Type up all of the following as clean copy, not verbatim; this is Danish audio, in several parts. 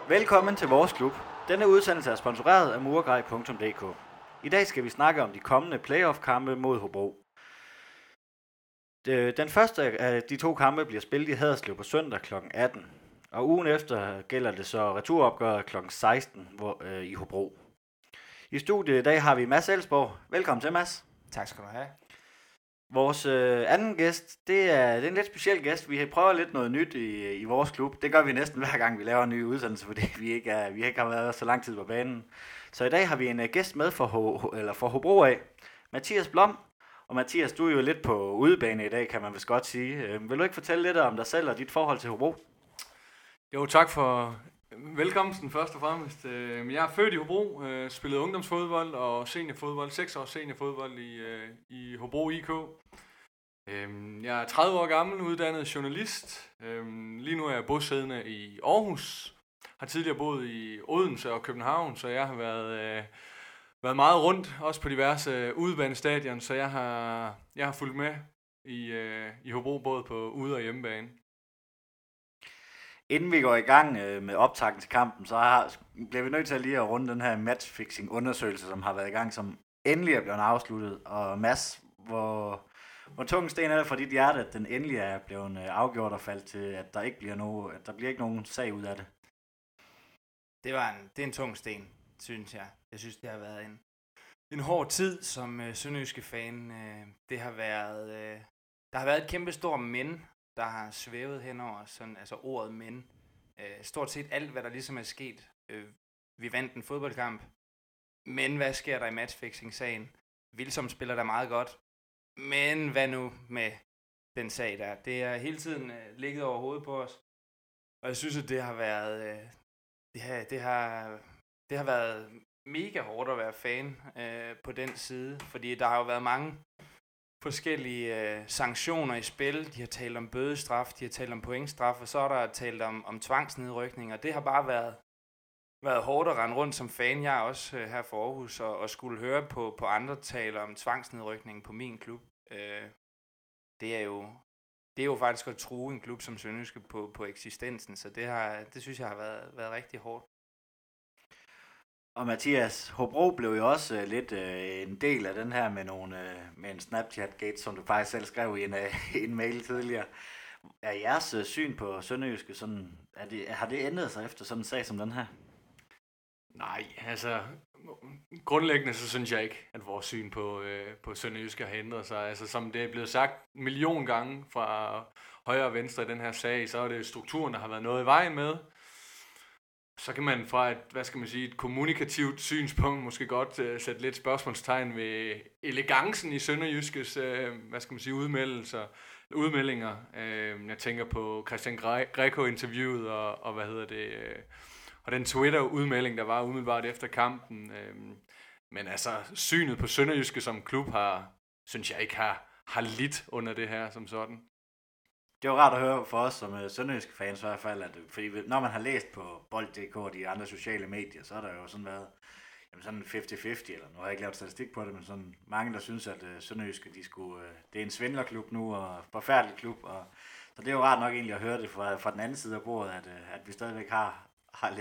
Velkommen til vores klub. Denne udsendelse er sponsoreret af murgrej.dk. I dag skal vi snakke om de kommende playoff-kampe mod Hobro. Den første af de to kampe bliver spillet i Haderslev på søndag kl. 18. Og ugen efter gælder det så returopgøret kl. 16 i Hobro. I studiet i dag har vi Mads Elsborg. Velkommen til, Mads. Tak skal du have. Vores anden gæst, det er en lidt speciel gæst. Vi prøver lidt noget nyt i vores klub. Det gør vi næsten hver gang, vi laver en ny udsendelse, fordi vi ikke har været så lang tid på banen. Så i dag har vi en gæst med for Hobro af, Mathias Blom. Og Mathias, du er jo lidt på udebane i dag, kan man vist godt sige. Vil du ikke fortælle lidt om dig selv og dit forhold til Hobro? Jo, tak for velkomsten først og fremmest. Jeg er født i Hobro, spillede ungdomsfodbold og seniorfodbold, 6 års seniorfodbold i Hobro IK. Jeg er 30 år gammel, uddannet journalist. Lige nu er jeg bosiddende i Aarhus. Har tidligere boet i Odense og København, så jeg har været meget rundt, også på diverse udebanestadion, så jeg har fulgt med i Hobro, både på ude- og hjemmebane. Inden vi går i gang med optakten til kampen, så bliver vi nødt til lige at runde den her matchfixing-undersøgelse, som har været i gang, som endelig er blevet afsluttet. Og Mads, hvor tung sten er det for dit hjerte, at den endelig er blevet afgjort og faldt til, at der ikke bliver ikke nogen sag ud af det? Det er en tung sten, synes jeg. Jeg synes, det har været en hård tid som sønderjyske fan. Der har været et kæmpe stort men, der har svævet henover sådan, altså ordet men. Stort set alt, hvad der ligesom er sket. Vi vandt en fodboldkamp, men hvad sker der i matchfixing-sagen? Wilsom spiller der meget godt, men hvad nu med den sag der? Det er hele tiden ligget over hovedet på os, og jeg synes, at det har været det har været mega hårdt at være fan på den side, fordi der har jo været mange forskellige sanktioner i spil. De har talt om bødestraf, de har talt om pointstraf, og så er der talt om tvangsnedrykning, og det har bare været hårdt at rende rundt som fan. Jeg er også her for Aarhus og skulle høre på andre tale om tvangsnedrykning på min klub. Det er jo faktisk at true en klub som Sønderjyske på eksistensen, så det synes jeg har været rigtig hårdt. Og Mathias, Hobro blev jo også lidt en del af den her med en Snapchat-gate, som du faktisk selv skrev i en mail tidligere. Er jeres syn på Sønderjyske sådan, har det ændret sig efter sådan en sag som den her? Nej, altså grundlæggende så synes jeg ikke, at vores syn på Sønderjyske har ændret sig. Altså som det er blevet sagt 1 million gange fra højre og venstre i den her sag, så er det strukturen, der har været noget i vejen med. Så kan man fra et kommunikativt synspunkt måske godt sætte lidt spørgsmålstegn ved elegancen i Sønderjyskes, udmeldinger. Jeg tænker på Christian Greco-interviewet og den Twitter-udmelding, der var umiddelbart efter kampen. Men altså, synet på Sønderjyske som klub synes jeg ikke har lidt under det her som sådan. Det var rart at høre for os som sønderjyske fans i hvert fald, fordi når man har læst på Bold.dk og de andre sociale medier, så har der jo sådan været sådan 50-50, eller nu har jeg ikke lavet statistik på det, men sådan mange, der synes, at Sønderjyske, det er en svindlerklub nu, og forfærdelig klub, og så det er jo rart nok egentlig at høre det fra den anden side af bordet, at vi stadigvæk har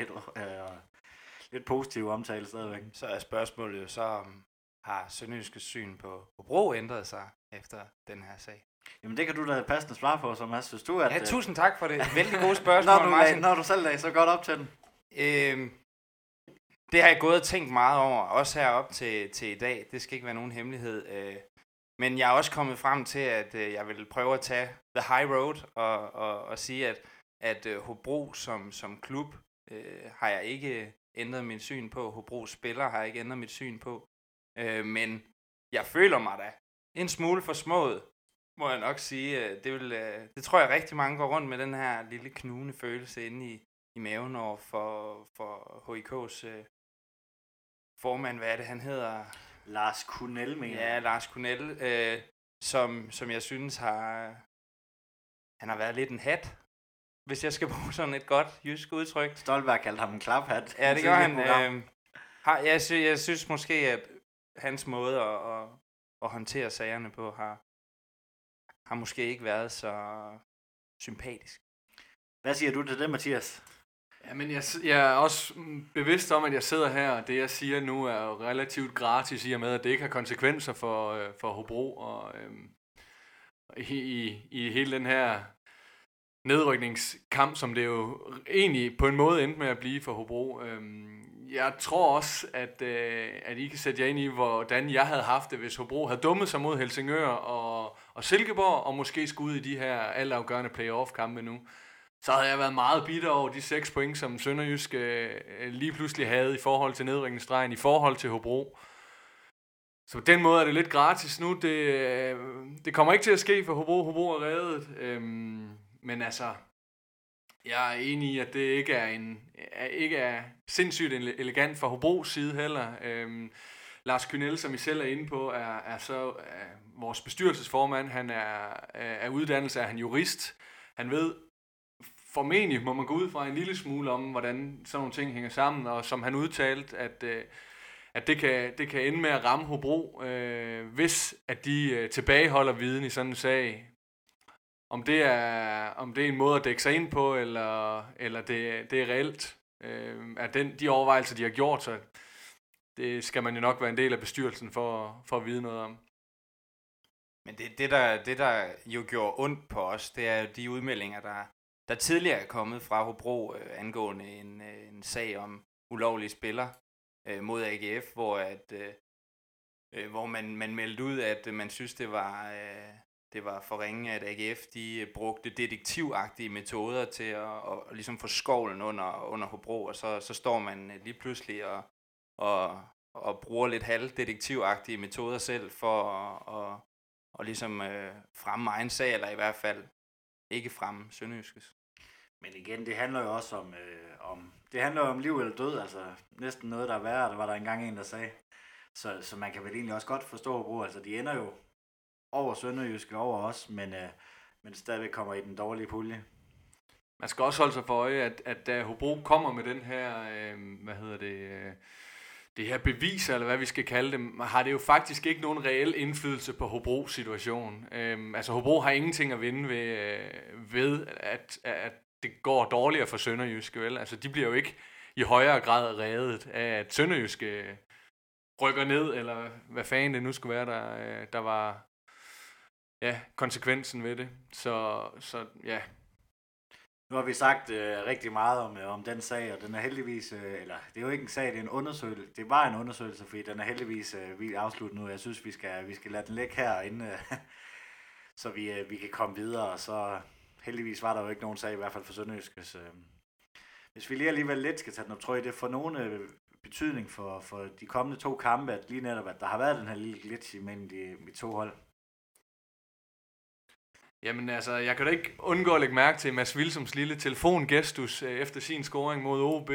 lidt positiv omtale stadigvæk. Så er spørgsmålet jo så, har Sønderjyskes syn på Hobro ændret sig efter den her sag? Jamen det kan du da passende svare på, så Mads. Synes du, at... Ja, tusind tak for det. Vældig gode spørgsmål, når du selv lagde så godt op til den. Det har jeg gået og tænkt meget over, også herop til i dag. Det skal ikke være nogen hemmelighed. Men jeg er også kommet frem til, at jeg vil prøve at tage the high road og sige, at Hobro som klub har jeg ikke ændret mit syn på. Hobros spillere har jeg ikke ændret mit syn på. Men jeg føler mig da en smule forsmået, må jeg nok sige. Det tror jeg rigtig mange går rundt med, den her lille knugende følelse inde i maven over for HIK's formand. Hvad er det, han hedder? Lars Kunel, mener Ja, Lars Kunel, som jeg synes han har været lidt en hat, hvis jeg skal bruge sådan et godt jysk udtryk. Stolberg kaldte ham en klaphat. Ja, det gør han. Jeg synes måske, at hans måde at håndtere sagerne på har måske ikke været så sympatisk. Hvad siger du til det, Mathias? Ja, men jeg er også bevidst om, at jeg sidder her, og det jeg siger nu er jo relativt gratis i og med, at det ikke har konsekvenser for Hobro, og i hele den her nedrykningskamp, som det jo egentlig på en måde endte med at blive for Hobro. Jeg tror også, at I kan sætte jer ind i, hvordan jeg havde haft det, hvis Hobro havde dummet sig mod Helsingør og Silkeborg, og måske skulle ud i de her altafgørende playoff-kampe nu. Så havde jeg været meget bitter over de 6 point, som Sønderjysk lige pludselig havde i forhold til nedrykningsstregen, i forhold til Hobro. Så på den måde er det lidt gratis nu. Det kommer ikke til at ske for Hobro. Hobro er reddet. Men altså, jeg er enig i, at det ikke er sindssygt elegant fra Hobros side heller. Lars Kynel, som I selv er inde på, er så vores bestyrelsesformand. Han er af uddannelse, er han jurist. Han ved formentlig, må man gå ud fra en lille smule om, hvordan sådan nogle ting hænger sammen. Og som han udtalte, at det kan ende med at ramme Hobro, hvis at de tilbageholder viden i sådan en sag. Om det er en måde at dække sig ind på, eller det er reelt, at de overvejelser, de har gjort, så det skal man jo nok være en del af bestyrelsen for at vide noget om. Men det der jo gjorde ondt på os, det er jo de udmeldinger, der tidligere er kommet fra Hobro angående en sag om ulovlige spiller mod AGF, hvor man meldte ud, at man synes, det var for ringe, at AGF de brugte detektivagtige metoder til at ligesom få skovlen under Hobro, og så står man lige pludselig og bruger lidt halvdetektivagtige metoder selv for at ligesom fremme egen sag, eller i hvert fald ikke fremme Sønderjyskes. Men igen, det handler jo også det handler jo om liv eller død, altså næsten noget, der er værre, der var der engang en, der sagde. Så man kan vel egentlig også godt forstå Hobro, altså de ender jo over Sønderjyske, over os, men stadigvæk kommer i den dårlige pulje. Man skal også holde sig for øje, at da Hobro kommer med den her, det her beviser, eller hvad vi skal kalde dem, har det jo faktisk ikke nogen reel indflydelse på Hobros situation. Altså Hobro har ingenting at vinde ved at det går dårligere for Sønderjyske, vel? Altså de bliver jo ikke i højere grad reddet af, at Sønderjyske rykker ned, eller hvad fanden det nu skulle være, der var konsekvensen ved det. Så ja. Nu har vi sagt rigtig meget om den sag, og den er heldigvis, eller det er jo ikke en sag, det er en undersøgelse. Det var en undersøgelse, fordi den er heldigvis afsluttet nu. Jeg synes, vi skal lade den ligge herinde, så vi kan komme videre. Og så heldigvis var der jo ikke nogen sag, i hvert fald for Sønderjyskes. Hvis vi lige alligevel lidt skal tage den op, tror jeg, det får nogen betydning for de kommende 2 kampe, at lige netop, at der har været den her lille glitch imellem de 2 hold. Jamen altså, jeg kan da ikke undgå at lægge mærke til Mads Vilsums lille telefongestus efter sin scoring mod OB.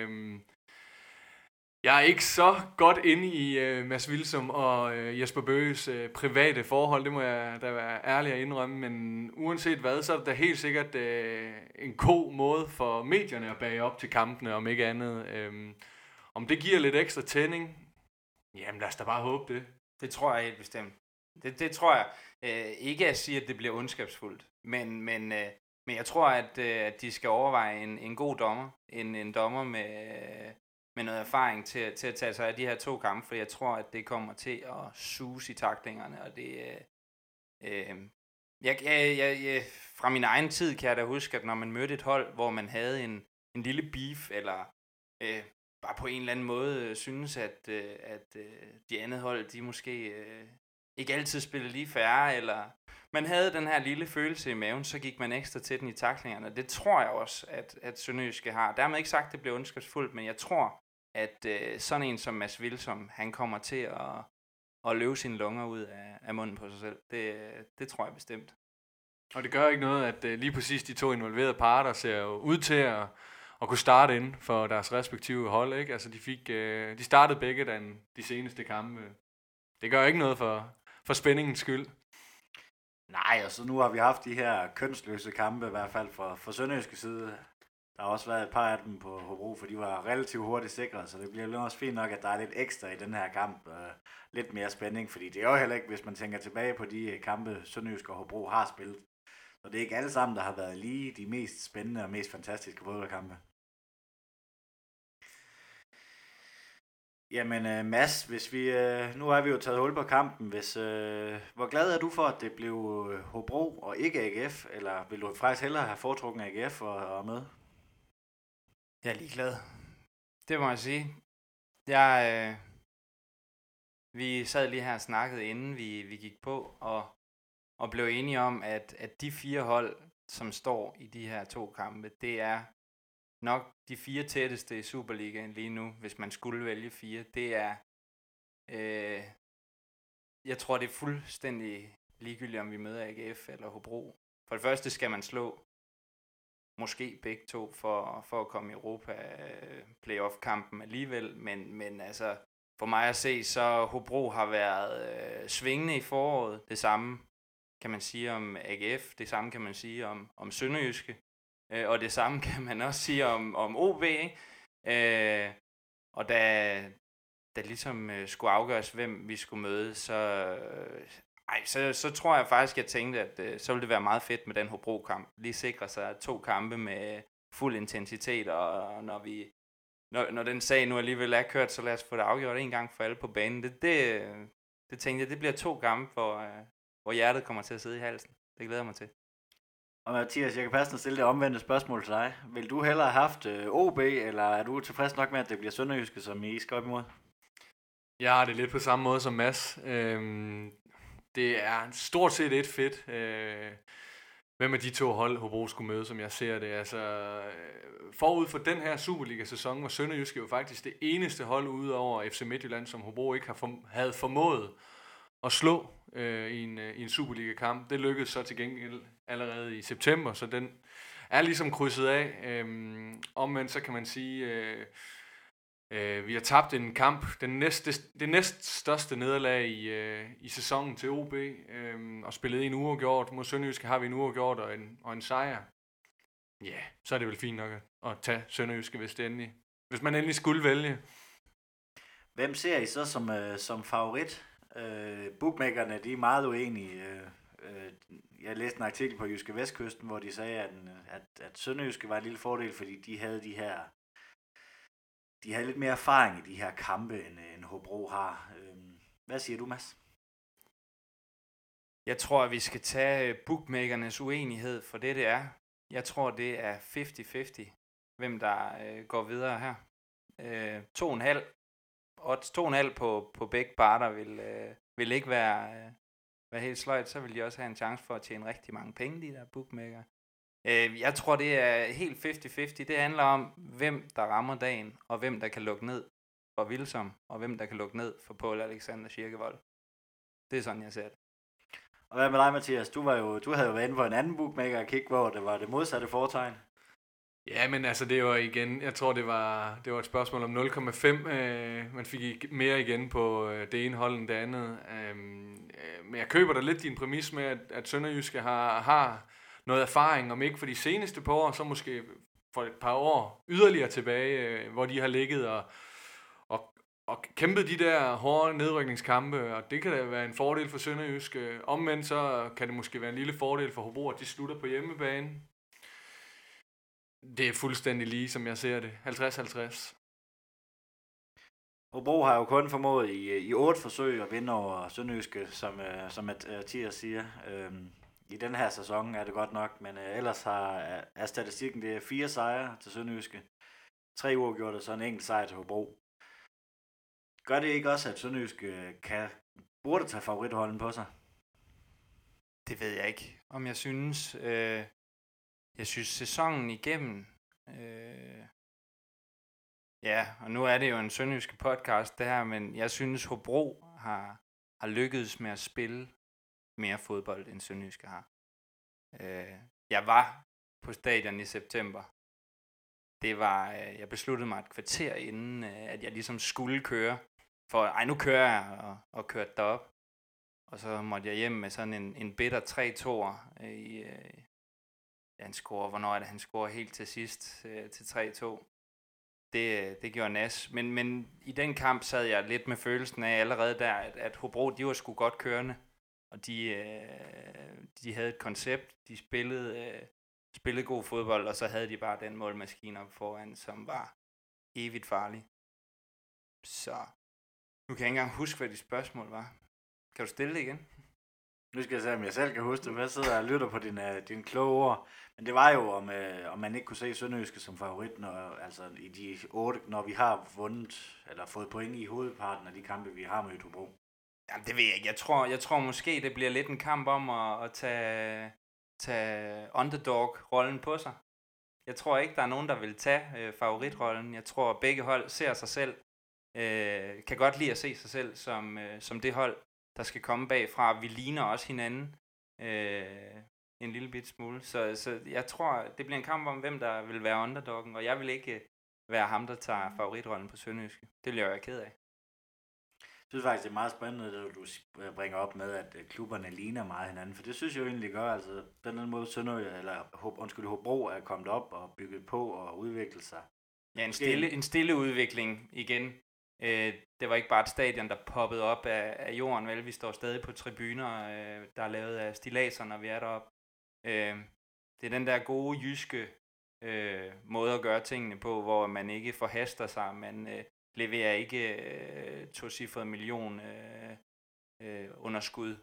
Jeg er ikke så godt inde i Mads Vilsum og Jesper Bøges private forhold, det må jeg da være ærlig at indrømme, men uanset hvad, så er det da helt sikkert en god måde for medierne at bage op til kampene, om ikke andet. Om det giver lidt ekstra tænding, jamen lad os da bare håbe det. Det tror jeg helt bestemt. Det tror jeg. Ikke at sige, at det bliver ondskabsfuldt, men jeg tror, at de skal overveje en god dommer, en dommer med noget erfaring til at tage sig af de her 2 kampe, for jeg tror, at det kommer til at suse i taklingerne, og det fra min egen tid kan jeg da huske, at når man mødte et hold, hvor man havde en lille beef, eller bare på en eller anden måde synes, at de andet hold, de måske ikke altid spillede lige færre, eller man havde den her lille følelse i maven, så gik man ekstra til den i taklingerne. Det tror jeg også, at Sønderjyske har. Dermed ikke sagt, at det bliver ondskabsfuldt, men jeg tror, at sådan en som Mads Vilsum, han kommer til at løbe sine lunger ud af munden på sig selv. Det tror jeg bestemt. Og det gør ikke noget, at lige præcis de 2 involverede parter ser jo ud til at kunne starte ind for deres respektive hold, ikke? Altså de startede begge de seneste kampe. Det gør ikke noget for spændingens skyld. Nej, og så nu har vi haft de her kønsløse kampe, i hvert fald for Sønderjyske side. Der har også været et par af dem på Hobro, for de var relativt hurtigt sikre, så det bliver også fint nok, at der er lidt ekstra i den her kamp. Lidt mere spænding, fordi det er jo heller ikke, hvis man tænker tilbage på de kampe, Sønderjyske og Hobro har spillet. Så det er ikke alle sammen, der har været lige de mest spændende og mest fantastiske fodboldkampe. Jamen Mads, hvis vi, nu har vi jo taget hul på kampen. Hvor glad er du for, at det blev Hobro og ikke AGF? Eller vil du faktisk hellere have foretrukket AGF og med? Jeg er ligeglad. Det må jeg sige. Jeg, vi sad lige her og snakkede, inden vi gik på, og blev enige om, at de 4 hold, som står i de her 2 kampe, det er nok de 4 tætteste i Superligaen lige nu, hvis man skulle vælge 4. Det er, jeg tror, det er fuldstændig ligegyldigt, om vi møder AGF eller Hobro. For det første skal man slå måske begge to for at komme i Europa playoff-kampen alligevel, men altså for mig at se, så Hobro har været svingende i foråret. Det samme kan man sige om AGF, det samme kan man sige om Sønderjyske, og det samme kan man også sige om OB, ikke? Og da ligesom skulle afgøres, hvem vi skulle møde, så tror jeg faktisk, jeg tænkte, at så ville det være meget fedt med den Hobro-kamp. Lige sikre sig 2 kampe med fuld intensitet, og når den sag nu alligevel er kørt, så lad os få det afgjort en gang for alle på banen. Det tænkte jeg, det bliver 2 kampe, hvor hjertet kommer til at sidde i halsen. Det glæder jeg mig til. Og Mathias, jeg kan passende stille det omvendte spørgsmål til dig. Vil du hellere have haft OB, eller er du tilfreds nok med, at det bliver Sønderjyske, som I skal op imod? Jeg har det lidt på samme måde som Mads. Det er stort set et fedt. Hvem af de 2 hold, Hobro skulle møde, som jeg ser det. Altså, forud for den her Superliga-sæson var Sønderjyske jo faktisk det eneste hold ude over FC Midtjylland, som Hobro ikke havde formået at slå i en Superliga-kamp. Det lykkedes så til gengæld allerede i september, så den er ligesom krydset af. Omvendt så kan man sige, vi har tabt en kamp, det næst største nederlag i sæsonen til OB, og spillet en uafgjort. Mod Sønderjyske har vi en uafgjort og en sejr. Ja, så er det vel fint nok at tage Sønderjyske, hvis man endelig skulle vælge. Hvem ser I så som favorit? Bookmakerne, de er meget uenige. Jeg læste en artikel på Jyske Vestkysten, hvor de sagde, at Sønderjyske var en lille fordel, fordi de havde lidt mere erfaring i de her kampe, end Hobro har. Hvad siger du, Mads? Jeg tror, at vi skal tage bookmakernes uenighed for det er. Jeg tror, det er 50-50, hvem der går videre her. 2,5. Odds 2,5 på begge parter vil ikke være helt sløjt. Så vil de også have en chance for at tjene rigtig mange penge, de der bookmaker. Jeg tror, det er helt 50-50. Det handler om, hvem der rammer dagen, og hvem der kan lukke ned for Vilsom, og hvem der kan lukke ned for Paul Alexander Kirkevold. Det er sådan, jeg ser det. Og hvad med dig, Mathias? Du havde jo været inde på en anden bookmaker og kigge, hvor det var det modsatte foretegn. Ja, men altså det var igen, jeg tror det var et spørgsmål om 0,5. Man fik mere igen på det ene hold end det andet. Men jeg køber da lidt din præmis med, at Sønderjyske har noget erfaring, om ikke for de seneste par år, så måske for et par år yderligere tilbage, hvor de har ligget og kæmpet de der hårde nedrykningskampe, og det kan da være en fordel for Sønderjyske. Omvendt så kan det måske være en lille fordel for Hobro, at de slutter på hjemmebane. Det er fuldstændig lige, som jeg ser det. 50-50. Hobro har jo kun formået i 8 forsøg at vinde over Sønderjyske, som Mathias siger. I den her sæson er det godt nok, men ellers er statistikken, det er 4 sejre til Sønderjyske, 3 uafgjorte og så en enkelt sejr til Hobro. Gør det ikke også, at Sønderjyske burde tage favoritholden på sig? Det ved jeg ikke, om jeg synes. Jeg synes sæsonen igennem, ja, og nu er det jo en sønderjyske podcast det her, men jeg synes Hobro har lykkedes med at spille mere fodbold, end Sønderjyske har. Jeg var på stadion i september. Jeg besluttede mig et kvarter inden, at jeg ligesom skulle køre. For nu kører jeg og kørte derop. Og så måtte jeg hjem med sådan en bitter 3-2'er i... han scorer, hvornår er det, han scorer helt til sidst til 3-2. Det gjorde nas. Men i den kamp sad jeg lidt med følelsen af allerede der, at Hobro, de var sgu godt kørende. Og de havde et koncept, de spillede god fodbold, og så havde de bare den målmaskine op foran, som var evigt farlig. Så Nu kan jeg ikke engang huske, hvad dit spørgsmål var. Kan du stille det igen? Nu skal jeg se, om jeg selv kan huske det, for jeg sidder og lytter på dine kloge ord. Men det var jo, om man ikke kunne se Sønderjyske som favorit, altså i de 8, når vi har vundet, eller fået point i hovedparten af de kampe, vi har mødt Hobro. Jamen, det ved jeg ikke. Jeg tror måske, det bliver lidt en kamp om at tage underdog-rollen på sig. Jeg tror ikke, der er nogen, der vil tage favoritrollen. Jeg tror, begge hold ser sig selv, kan godt lide at se sig selv som det hold, der skal komme bagfra. Vi ligner også hinanden en lille bit smule. Så jeg tror, det bliver en kamp om, hvem der vil være underdoggen, og jeg vil ikke være ham, der tager favoritrollen på Sønderjyske. Det bliver jeg ked af. Jeg synes faktisk, det er meget spændende, at du bringer op med, at klubberne ligner meget hinanden, for det synes jeg jo egentlig gør, altså den måde Hobro er kommet op og bygget på og udviklet sig. Ja, en stille udvikling igen. Det var ikke bare et stadion, der poppede op af jorden, vel? Vi står stadig på tribuner, der er lavet af stillaser, når vi er deroppe. Det er den der gode jyske måde at gøre tingene på, hvor man ikke forhaster sig, man leverer ikke tocifret million underskud.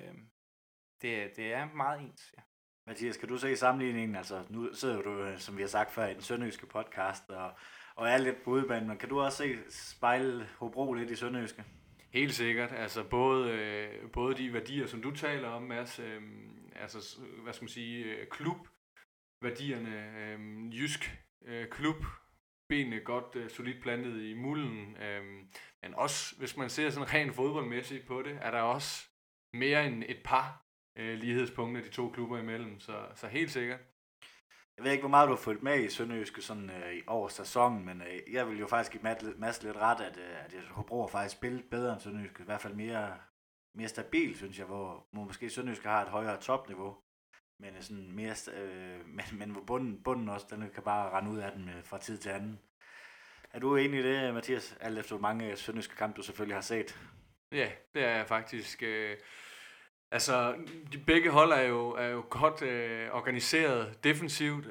Det er meget ens, ja. Mathias, kan du se sammenligningen? Altså, nu sidder du, som vi har sagt før, i den sønderjyske podcast, og er lidt på udebanen, men kan du også spejle Hobro lidt i Sønderjyske? Helt sikkert. Altså både de værdier, som du taler om, Mads, altså, hvad skal man sige, klubværdierne, jysk klub, benene godt solidt plantet i mulden, men også, hvis man ser sådan rent fodboldmæssigt på det, er der også mere end et par lighedspunkter de to klubber imellem, så helt sikkert. Jeg ved ikke, hvor meget du har fulgt med i Sønderjyske sådan, over sæsonen, men jeg vil jo faktisk give Mads lidt ret, at Hobro har faktisk spillet bedre end Sønderjyske, i hvert fald mere stabil, synes jeg, hvor måske Sønderjyske har et højere topniveau, men sådan mere, men hvor bunden også, den kan bare rende ud af den fra tid til anden. Er du enig i det, Mathias? Alt efter hvor mange sønderjyske kampe du selvfølgelig har set. Ja, det er jeg faktisk. Altså, de begge hold er jo godt organiseret defensivt,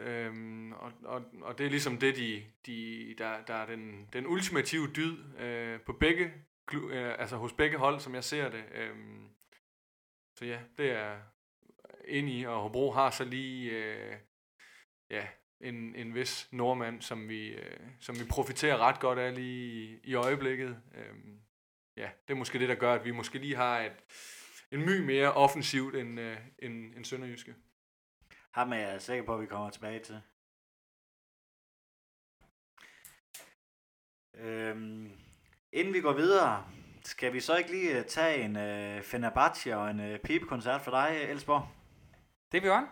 og det er ligesom det, der er den ultimative dyd på begge altså hos begge hold, som jeg ser det. Så ja, det er enig i, og Hobro har så lige en vis nordmand, som vi profiterer ret godt af lige i øjeblikket. Ja, det er måske det, der gør, at vi måske lige har en my mere offensivt end Sønderjyske. Ham er jeg sikker på, at vi kommer tilbage til. Inden vi går videre, skal vi så ikke lige tage en Fenerbahce og en pibekoncert for dig, Elsborg? Det vil jeg.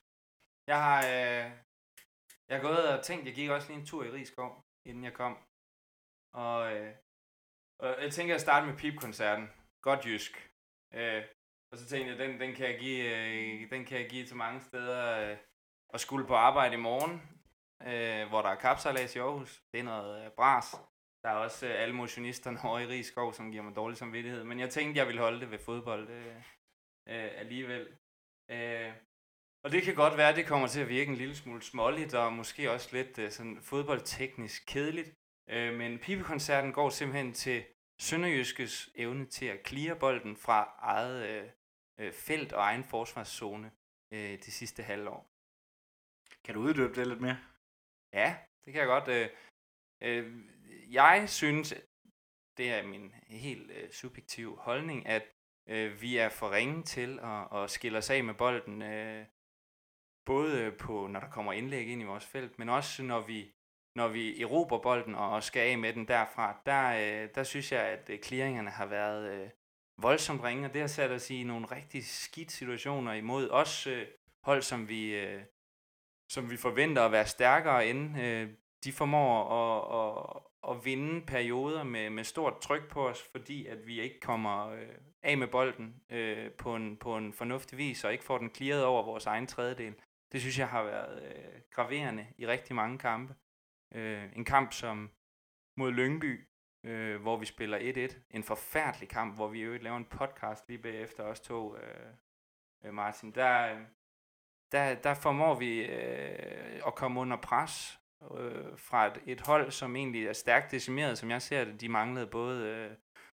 Jeg har gået og tænkt, jeg gik også lige en tur i Rigskov, inden jeg kom. Og jeg tænker at starte med pibekoncerten. Godt jysk. Og så tænkte jeg, den kan jeg give til mange steder. Og skulle på arbejde i morgen, hvor der er kapsejlads i Aarhus. Det er noget bras. Der er også alle motionisterne over i Rigskov, som giver mig dårlig samvittighed. Men jeg tænkte, jeg ville holde det ved fodbold alligevel. Og det kan godt være, at det kommer til at virke en lille smule småligt, og måske også lidt sådan fodboldteknisk kedeligt. Men pibekoncerten går simpelthen til Sønderjyskes evne til at cleare bolden fra eget felt og egen forsvarszone det sidste halvår. Kan du uddybe det lidt mere? Ja, det kan jeg godt. Jeg synes, det er min helt subjektive holdning, at vi er for ringe til at skille os af med bolden, både på, når der kommer indlæg ind i vores felt, men også når vi erobrer bolden og skal af med den derfra. Der synes jeg, at clearingerne har været voldsomt ringe, og det har sat os i nogle rigtig skidt situationer imod os hold, som vi forventer at være stærkere end. De formår at vinde perioder med stort tryk på os, fordi at vi ikke kommer af med bolden på en fornuftig vis, og ikke får den clearet over vores egen tredjedel. Det synes jeg har været graverende i rigtig mange kampe. En kamp som mod Lyngby, hvor vi spiller 1-1. En forfærdelig kamp, hvor vi i øvrigt laver en podcast lige bagefter os to, Martin. Der formår vi at komme under pres fra et hold, som egentlig er stærkt decimeret, som jeg ser det. De manglede både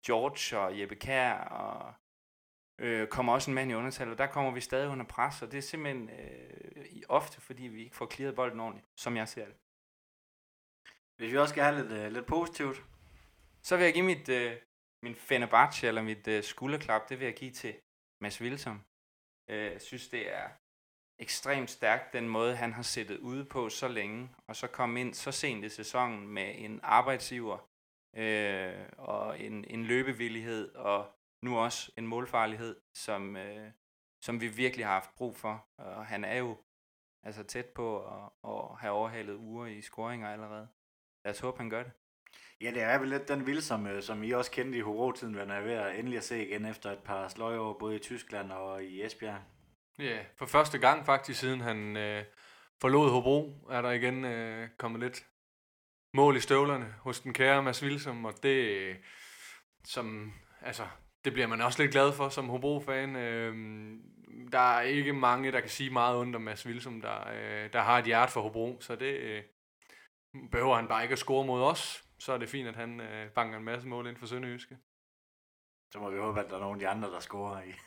George og Jeppe Kjær, og kommer også en mand i undertal, og der kommer vi stadig under pres, og det er simpelthen ofte, fordi vi ikke får clearet bolden ordentligt, som jeg ser det. Hvis vi også skal have lidt positivt, så vil jeg give min Fenerbahce, eller mit skulderklap, det vil jeg give til Mads Wilsom. Jeg synes, det er ekstremt stærkt, den måde, han har sættet ude på så længe, og så komme ind så sent i sæsonen med en arbejdsiver, og en løbevillighed, og nu også en målfarlighed, som vi virkelig har haft brug for. Og han er jo altså tæt på at have overhalet uger i scoringer allerede. Lad os håbe, han gør det. Ja, det er vel lidt den vilde, som I også kendte i Hobro-tiden, hvad er ved at endelig at se igen efter et par sløjår, både i Tyskland og i Esbjerg. Ja, for første gang faktisk, siden han forlod Hobro, er der igen kommet lidt mål i støvlerne hos den kære Mads Wilsom, og det, det bliver man også lidt glad for som Hobro-fan. Der er ikke mange, der kan sige meget ondt om Mads Wilsom, der har et hjerte for Hobro, så det behøver han bare ikke at score mod os. Så er det fint, at han banker en masse mål ind for Sønderjyske. Så må vi håbe, at der er nogle af de andre, der scorer i.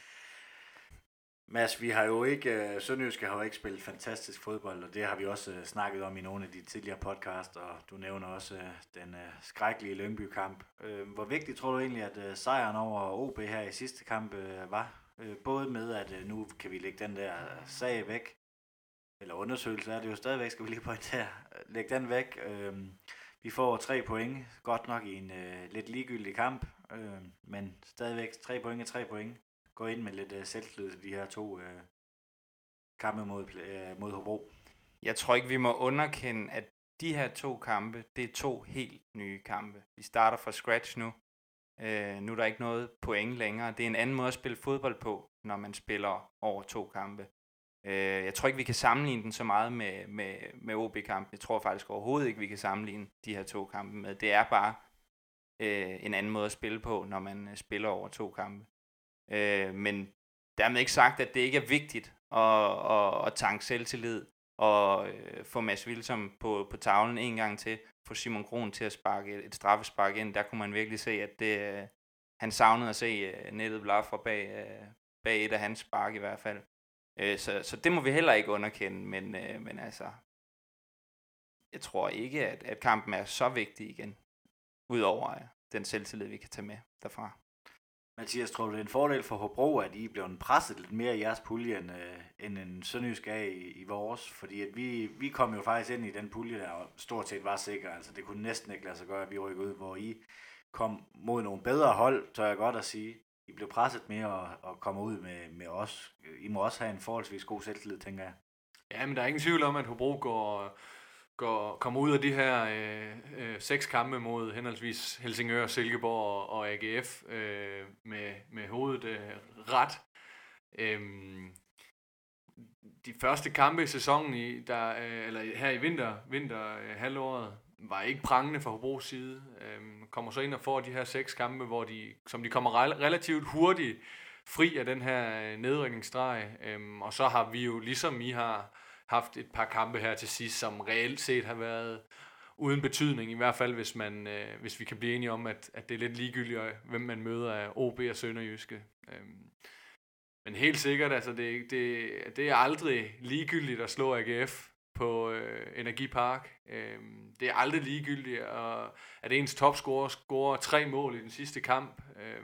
Mads, vi har jo ikke, Sønderjyske har jo ikke spillet fantastisk fodbold, og det har vi også snakket om i nogle af de tidligere podcasts, og du nævner også den skrækkelige Lyngby-kamp. Hvor vigtigt tror du egentlig, at sejren over OB her i sidste kamp var? Både med, at nu kan vi lægge den der sag væk, eller undersøgelse er det jo stadigvæk, skal vi lige pointere, lægge den væk. Vi får 3 point, godt nok i en lidt ligegyldig kamp, men stadigvæk 3 point er 3 point. Gå ind med lidt selvtillid til de her 2 kampe mod Hobro. Jeg tror ikke, vi må underkende, at de her 2 kampe, det er 2 helt nye kampe. Vi starter fra scratch nu. Nu er der ikke noget point længere. Det er en anden måde at spille fodbold på, når man spiller over 2 kampe. Jeg tror ikke, vi kan sammenligne den så meget med OB-kampen. Jeg tror faktisk overhovedet ikke, vi kan sammenligne de her 2 kampe med. Det er bare en anden måde at spille på, når man spiller over 2 kampe. Men dermed ikke sagt, at det ikke er vigtigt at tanke selvtillid og få Mads Wilsom på tavlen en gang til, få Simon Kron til at sparke et straffespark ind. Der kunne man virkelig se, at han savnede at se nettet blaffe bag et af hans spark i hvert fald. Så det må vi heller ikke underkende, men altså, jeg tror ikke, at kampen er så vigtig igen, udover den selvtillid, vi kan tage med derfra. Mathias, tror du, det er en fordel for Hobro, at I er blevet presset lidt mere i jeres pulje, end en Sønderjysk er i vores? Fordi at vi kom jo faktisk ind i den pulje, der stort set var sikker. Altså, det kunne næsten ikke lade sig gøre, at vi rykkede ud, hvor I kom mod nogle bedre hold, tør jeg godt at sige. I blev presset mere og kommer ud med os. I må også have en forholdsvis god selvtillid, tænker jeg. Ja, men der er ingen tvivl om, at Hobro kommer ud af de her 6 kampe mod henholdsvis Helsingør, Silkeborg og AGF med hovedet ret. De første kampe i sæsonen eller her i vinterhalvåret var ikke prangende fra Hobros side. Kommer så ind og får de her 6 kampe, som de kommer relativt hurtigt fri af den her nedrykningsstreg. Og så har vi jo, ligesom I har haft et par kampe her til sidst, som reelt set har været uden betydning, i hvert fald hvis vi kan blive enige om, at det er lidt ligegyldigt, hvem man møder af OB og Sønderjyske. Men helt sikkert, altså det er aldrig ligegyldigt at slå AGF på Energipark. Det er aldrig ligegyldigt, at ens topscorer scorer 3 mål i den sidste kamp.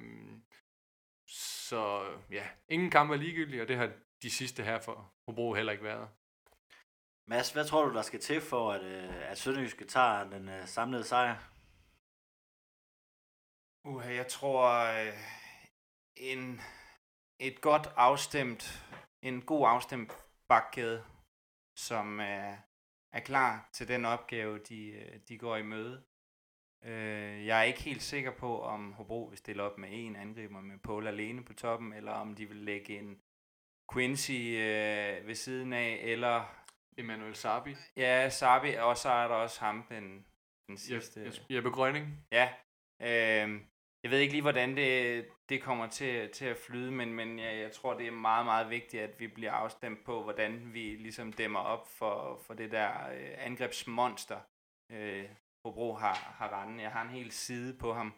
Så ja, ingen kamp er ligegyldig, og det har de sidste her for Hobro heller ikke været. Mads, hvad tror du, der skal til for, at Sønderjyske tager den samlede sejr? Jeg tror en god afstemt bakkæde, som er klar til den opgave, de går i møde. Jeg er ikke helt sikker på, om Hobro vil stille op med en angriber med Paul alene på toppen, eller om de vil lægge en Quincy ved siden af, eller Emmanuel Sarbi. Ja, Sarbi, og så er der også ham, den sidste. Jeppe Grønning. Ja. Jeg ved ikke lige, hvordan det kommer til at flyde, men jeg tror, det er meget, meget vigtigt, at vi bliver afstemt på, hvordan vi ligesom dæmmer op for det der angrebsmonster, Hobro har randen. Jeg har en hel side på ham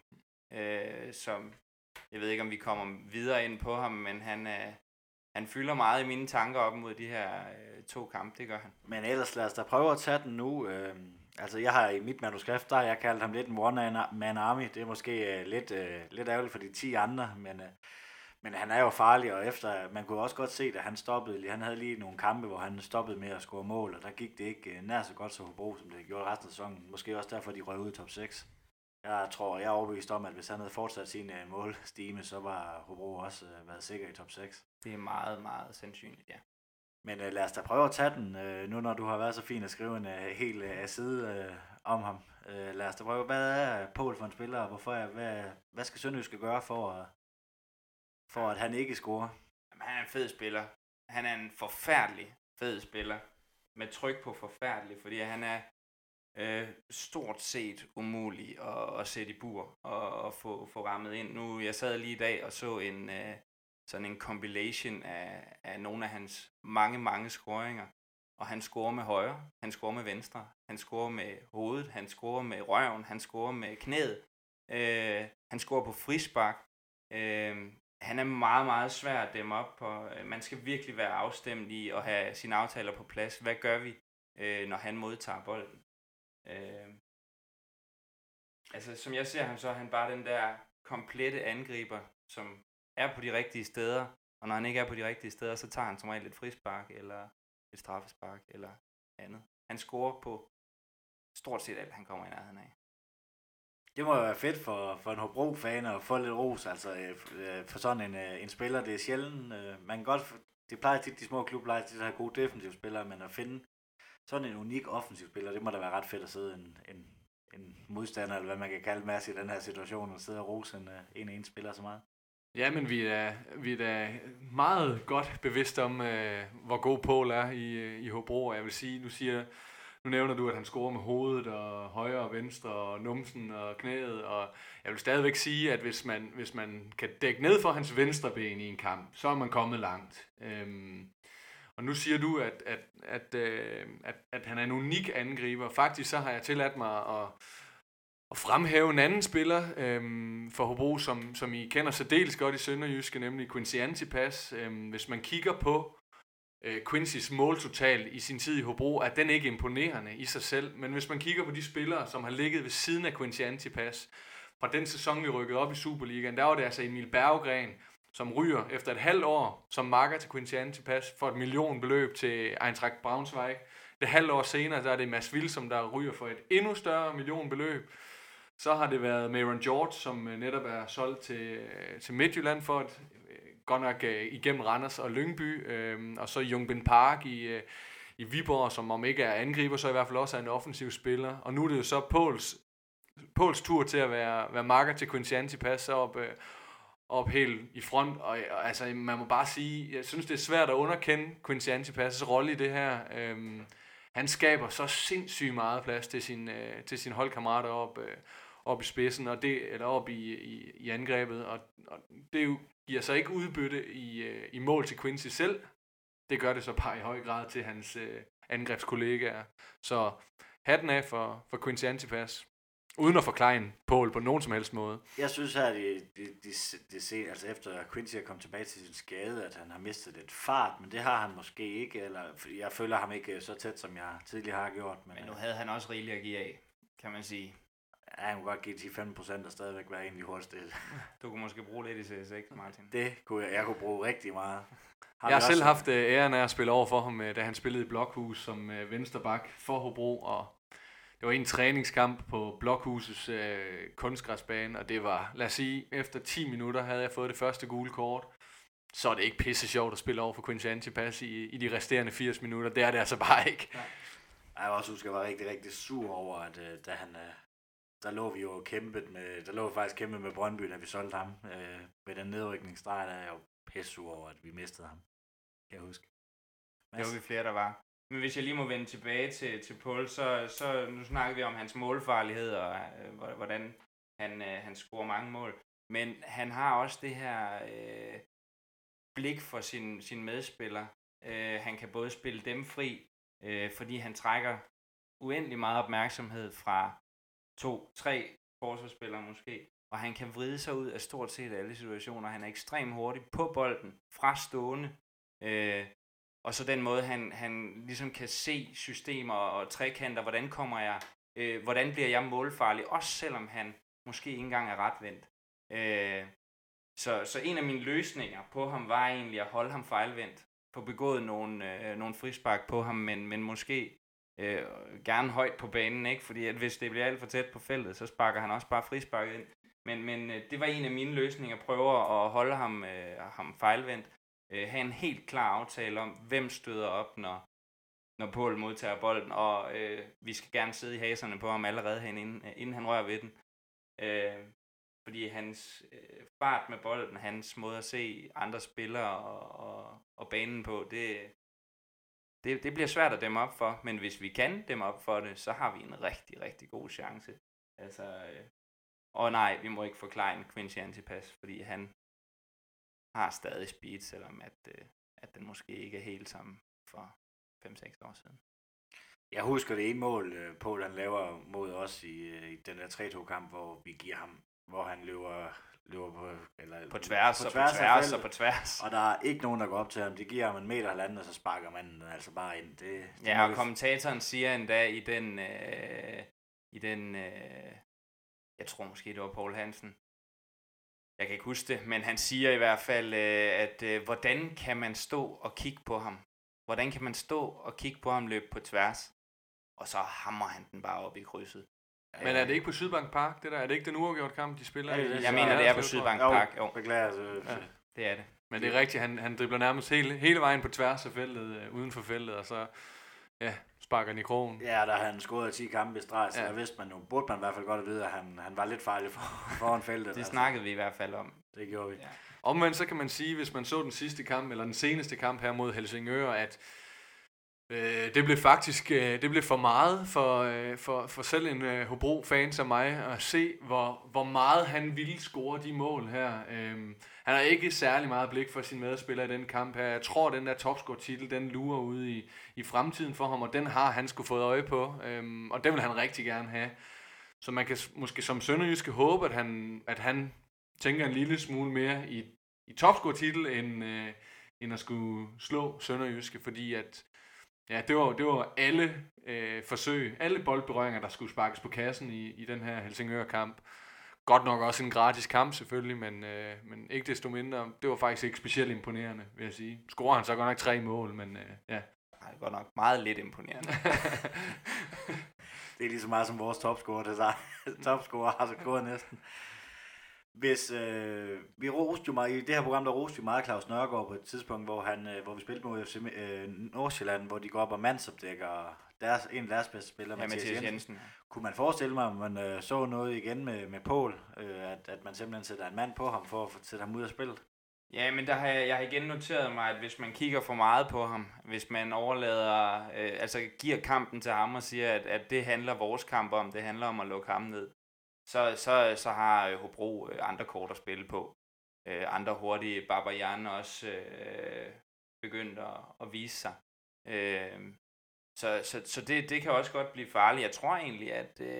som jeg ved ikke, om vi kommer videre ind på ham, men han fylder meget i mine tanker op mod de her 2 kampe, det gør han. Men ellers lad os da prøve at tage den nu. Altså jeg har i mit manuskript, der har jeg kaldt ham lidt en one-man army. Det er måske lidt ærgerligt for de 10 andre, men han er jo farlig, og efter, man kunne også godt se, at han stoppede, han havde lige nogle kampe, hvor han stoppede med at score mål, og der gik det ikke nær så godt som Hobro, som det gjorde resten af sæsonen. Måske også derfor, de røg ud i top 6. Jeg er overbevist om, at hvis han havde fortsat sin målstime, så var Hobro også været sikker i top 6. Det er meget, meget sandsynligt, ja. Men lad os da prøve at tage den, nu når du har været så fin at skrive en hel side om ham. Lad os da prøve, hvad er Poul for en spiller, og hvad skal Sønderjyske gøre for at han ikke scorer? Jamen, han er en fed spiller. Han er en forfærdelig fed spiller. Med tryk på forfærdelig, fordi han er stort set umulig at sætte i bur og få rammet ind. Nu, jeg sad lige i dag og så sådan en compilation af nogle af hans mange scoringer. Og han scorer med højre, han scorer med venstre, han scorer med hovedet, han scorer med røven, han scorer med knæet, han scorer på frispark. Han er meget, meget svær at dæmme op på. Man skal virkelig være afstemt i at have sine aftaler på plads. Hvad gør vi, når han modtager bolden? Altså, som jeg ser ham, så er han bare den der komplette angriber, som er på de rigtige steder. Og når han ikke er på de rigtige steder, så tager han som regel et frispark, eller et straffespark, eller andet. Han scorer på stort set alt, han kommer i nærheden af. Det må jo være fedt for en Hobro-fan at få lidt ros, altså for sådan en spiller. Det er sjældent. Man kan godt, det plejer tit, de små klubber plejer tit at have gode defensive spillere, men at finde sådan en unik offensiv spiller, det må da være ret fedt at sidde en modstander, eller hvad man kan kalde Mads i den her situation, og sidde og rose en spiller så meget. Ja, men vi er da meget godt bevidste om, hvor god Poul er i Hobro, og jeg vil sige, nu nævner du, at han scorer med hovedet og højre og venstre og numsen og knæet, og jeg vil stadigvæk sige, at hvis man kan dække ned for hans venstre ben i en kamp, så er man kommet langt. Og nu siger du, at han er en unik angriber. Faktisk så har jeg tilladt mig at fremhæve en anden spiller for Hobro, som I kender særdeles godt i Sønderjyske, nemlig Quincy Antipas. Hvis man kigger på Quincy's måltotal i sin tid i Hobro, er den ikke imponerende i sig selv. Men hvis man kigger på de spillere, som har ligget ved siden af Quincy Antipas, fra den sæson, vi rykkede op i Superligaen, der var det altså Emil Berggren, som ryger efter et halvt år som makker til Quincy Antipas for 1 millionbeløb til Eintracht Braunschweig. Det halvt år senere, der er det Mads Will, som der ryger for et endnu større millionbeløb. Så har det været Maron George, som netop er solgt til Midtjylland for et godt nok igennem Randers og Lyngby, og så Jungbin Park i Viborg, som om ikke er angriber, så i hvert fald også er en offensiv spiller. Og nu er det jo så Pauls tur til at være makker til Quincy Antipas op helt i front, og altså man må bare sige, jeg synes det er svært at underkende Quincy Antipas' rolle i det her. Han skaber så sindssygt meget plads til sine holdkammerater op i spidsen, og det eller op i angrebet, og det giver så ikke udbytte i mål til Quincy selv. Det gør det så bare i høj grad til hans angrebskollegaer. Så hatten af for Quincy Antipas. Uden at forklare Poul på nogen som helst måde. Jeg synes her, det ser, altså efter Quincy er kommet tilbage til sin skade, at han har mistet lidt fart, men det har han måske ikke, eller jeg føler ham ikke så tæt, som jeg tidligere har gjort. Men nu havde han også rigeligt at give af, kan man sige. Ja, han kunne godt give 10-15% og stadigvæk være egentlig hurtigt. Du kunne måske bruge lidt i CS6, Martin. Det kunne jeg kunne bruge rigtig meget. Jeg har selv haft æren af at spille over for ham, da han spillede i Blokhus som vensterbak for Hobro, og det var en træningskamp på Blokhusets kunstgræsbane, og det var, lad os sige, efter 10 minutter havde jeg fået det første gule kort. Så er det ikke pisse sjovt at spille over for Quincy Antipas i de resterende 80 minutter. Det er det altså bare ikke. Nej. Jeg også husker, jeg var rigtig, rigtig sur over, at da han... Der lå vi jo kæmpet med Brøndby, da vi solgte ham. Med den nedrykningsstreg, der er jeg jo pissur over, at vi mistede ham. Kan jeg huske. Det var vi flere, der var. Men hvis jeg lige må vende tilbage til Poul, så nu snakker vi om hans målfarlighed, og hvordan han scorer mange mål. Men han har også det her blik for sin medspiller. Han kan både spille dem fri, fordi han trækker uendelig meget opmærksomhed fra 2-3 forsvarsspillere måske. og han kan vride sig ud af stort set alle situationer. Han er ekstremt hurtig på bolden, fra stående, og så den måde, han ligesom kan se systemer og trekanter, hvordan bliver jeg målfarlig, også selvom han måske ikke engang er retvendt. Så en af mine løsninger på ham var egentlig at holde ham fejlvendt, få begået nogle frispark på ham, men måske gerne højt på banen, ikke? Fordi at hvis det bliver alt for tæt på feltet, så sparker han også bare frisparket ind. Men det var en af mine løsninger, prøve at holde ham fejlvendt, have en helt klar aftale om, hvem støder op, når Poul modtager bolden, og vi skal gerne sidde i haserne på ham allerede herinde, inden han rører ved den. Fordi hans fart med bolden, hans måde at se andre spillere og banen på, det bliver svært at dæmme op for, men hvis vi kan dæmme op for det, så har vi en rigtig, rigtig god chance. Altså, og nej, vi må ikke forklare en Quincy Antipas, fordi han har stadig speed, selvom at den måske ikke er helt sammen for 5-6 år siden. Jeg husker det ene mål, Poul han laver mod os i den der 3-2-kamp, hvor vi giver ham, hvor han løber på tværs og på tværs. Og der er ikke nogen, der går op til ham. De giver ham 1,5 meter, og så sparker man altså bare ind. Og kommentatoren siger endda i den jeg tror måske det var Poul Hansen. Jeg kan ikke huske det, men han siger i hvert fald, at hvordan kan man stå og kigge på ham? Hvordan kan man stå og kigge på ham løbe på tværs? Og så hammer han den bare op i krydset. Men er det ikke på Sydbank Park, det der? Er det ikke den uafgjort kamp, de spiller? Jeg mener, det er på Sydbank Park. Jo, beklager. Det er det. Men det er rigtigt, han dribler nærmest hele vejen på tværs af feltet, uden for feltet, og så sparker han i krogen. Ja, der han scoret 10 kampe i streg, så der vidste man nu, burde man i hvert fald godt at vide, at han var lidt farlig foran feltet. Det snakkede vi i hvert fald om. Det gjorde vi. Ja. Omvendt så kan man sige, hvis man så den sidste kamp, eller den seneste kamp her mod Helsingør, at det blev for meget for selv en Hobro-fan som mig at se, hvor meget han ville score de mål her. Han har ikke særlig meget blik for sine medspillere i den kamp her. Jeg tror, den der topscore-titel, den lurer ude i fremtiden for ham, og den har han sgu fået øje på, og den vil han rigtig gerne have. Så man kan måske som sønderjyske håbe, at han tænker en lille smule mere i topscore-titel, end at skulle slå sønderjyske, fordi at det var alle forsøg, alle boldberøringer, der skulle sparkes på kassen i den her Helsingør-kamp. Godt nok også en gratis kamp selvfølgelig, men ikke desto mindre. Det var faktisk ikke specielt imponerende, vil jeg sige. Scorer han så godt nok 3 mål, men ja. Nej, godt nok meget lidt imponerende. Det er lige så meget som vores topscorer, topscorer har så scoret næsten. Hvis vi roste jo meget, i det her program, der roste vi meget Claus Nørgaard på et tidspunkt, hvor vi spillede mod FC Nordsjælland, hvor de går op og mandsopdækker en af deres bedste spillere, Mathias Jensen. Kunne man forestille mig, at man så noget igen med Poul, at man simpelthen sætter en mand på ham for at sætte ham ud af spillet? Ja, men jeg har igen noteret mig, at hvis man kigger for meget på ham, hvis man overlader, giver kampen til ham og siger, at det handler vores kamp om, det handler om at lukke ham ned, så har Hobro andre kort at spille på. Andre hurtige, Babajan også begyndt at vise sig. Så det kan også godt blive farligt. Jeg tror egentlig,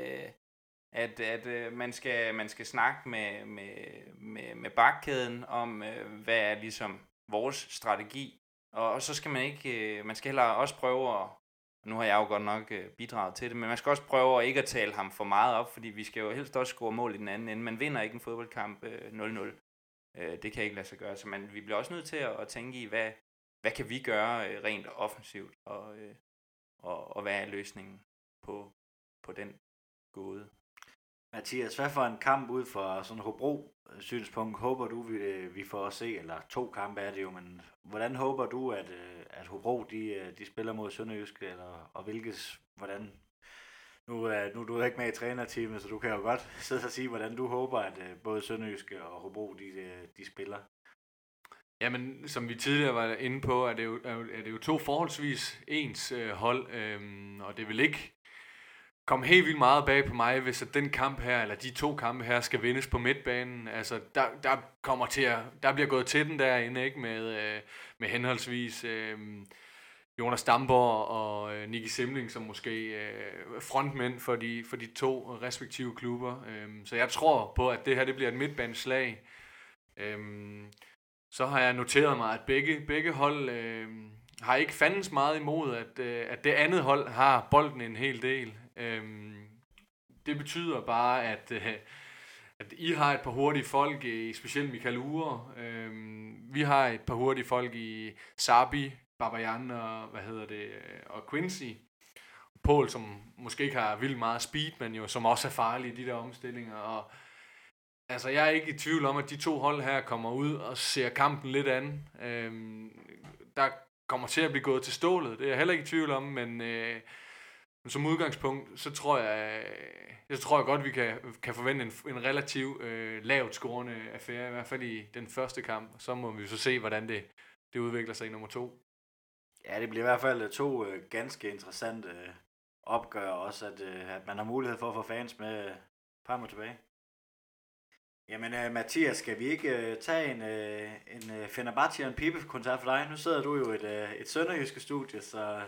at man skal snakke med bakkæden om, hvad er ligesom vores strategi. Og så skal man skal heller også prøve at, nu har jeg jo godt nok bidraget til det, men man skal også prøve at ikke at tale ham for meget op, fordi vi skal jo helst også score mål i den anden ende. Man vinder ikke en fodboldkamp 0-0. Det kan ikke lade sig gøre. Så vi bliver også nødt til at tænke i, hvad kan vi gøre rent offensivt, og hvad er løsningen på den gåde. Mathias, hvad for en kamp ud fra sådan Hobro-synspunkt håber du, vi får at se, eller 2 kampe er det jo, men hvordan håber du, at Hobro de spiller mod Sønderjyske, og hvordan, nu er du ikke med i trænerteamet, så du kan jo godt sidde og sige, hvordan du håber, at både Sønderjyske og Hobro de spiller. Jamen, som vi tidligere var inde på, er det jo 2 forholdsvis ens hold, og det vil ikke komme helt vildt meget bag på mig, hvis at den kamp her, eller de 2 kampe her, skal vindes på midtbanen. Altså, der bliver gået til den derinde, ikke? Med henholdsvis Jonas Damborg og Nicky Simling som måske frontmænd for de 2 respektive klubber. Så jeg tror på, at det her det bliver et midtbaneslag. Så har jeg noteret mig, at begge hold har ikke fandens meget imod, at det andet hold har bolden en hel del. Det betyder bare, at I har et par hurtige folk, specielt Michael Ure. Vi har et par hurtige folk i Sabi, Babayan og og Quincy. Paul, som måske ikke har vildt meget speed, men jo som også er farlig i de der omstillinger. Og altså, jeg er ikke i tvivl om, at de 2 hold her kommer ud og ser kampen lidt an. Der kommer til at blive gået til stålet, det er jeg heller ikke i tvivl om, men som udgangspunkt, så tror jeg godt, vi kan forvente en relativt lavt scorende affære, i hvert fald i den første kamp. Så må vi så se, hvordan det udvikler sig i nummer 2. Ja, det bliver i hvert fald 2 ganske interessante opgør også, at man har mulighed for at få fans med frem og tilbage. Jamen Mathias, skal vi ikke tage en Fenerbahce og en Pibe-koncert for dig? Nu sidder du jo et sønderjyske studie,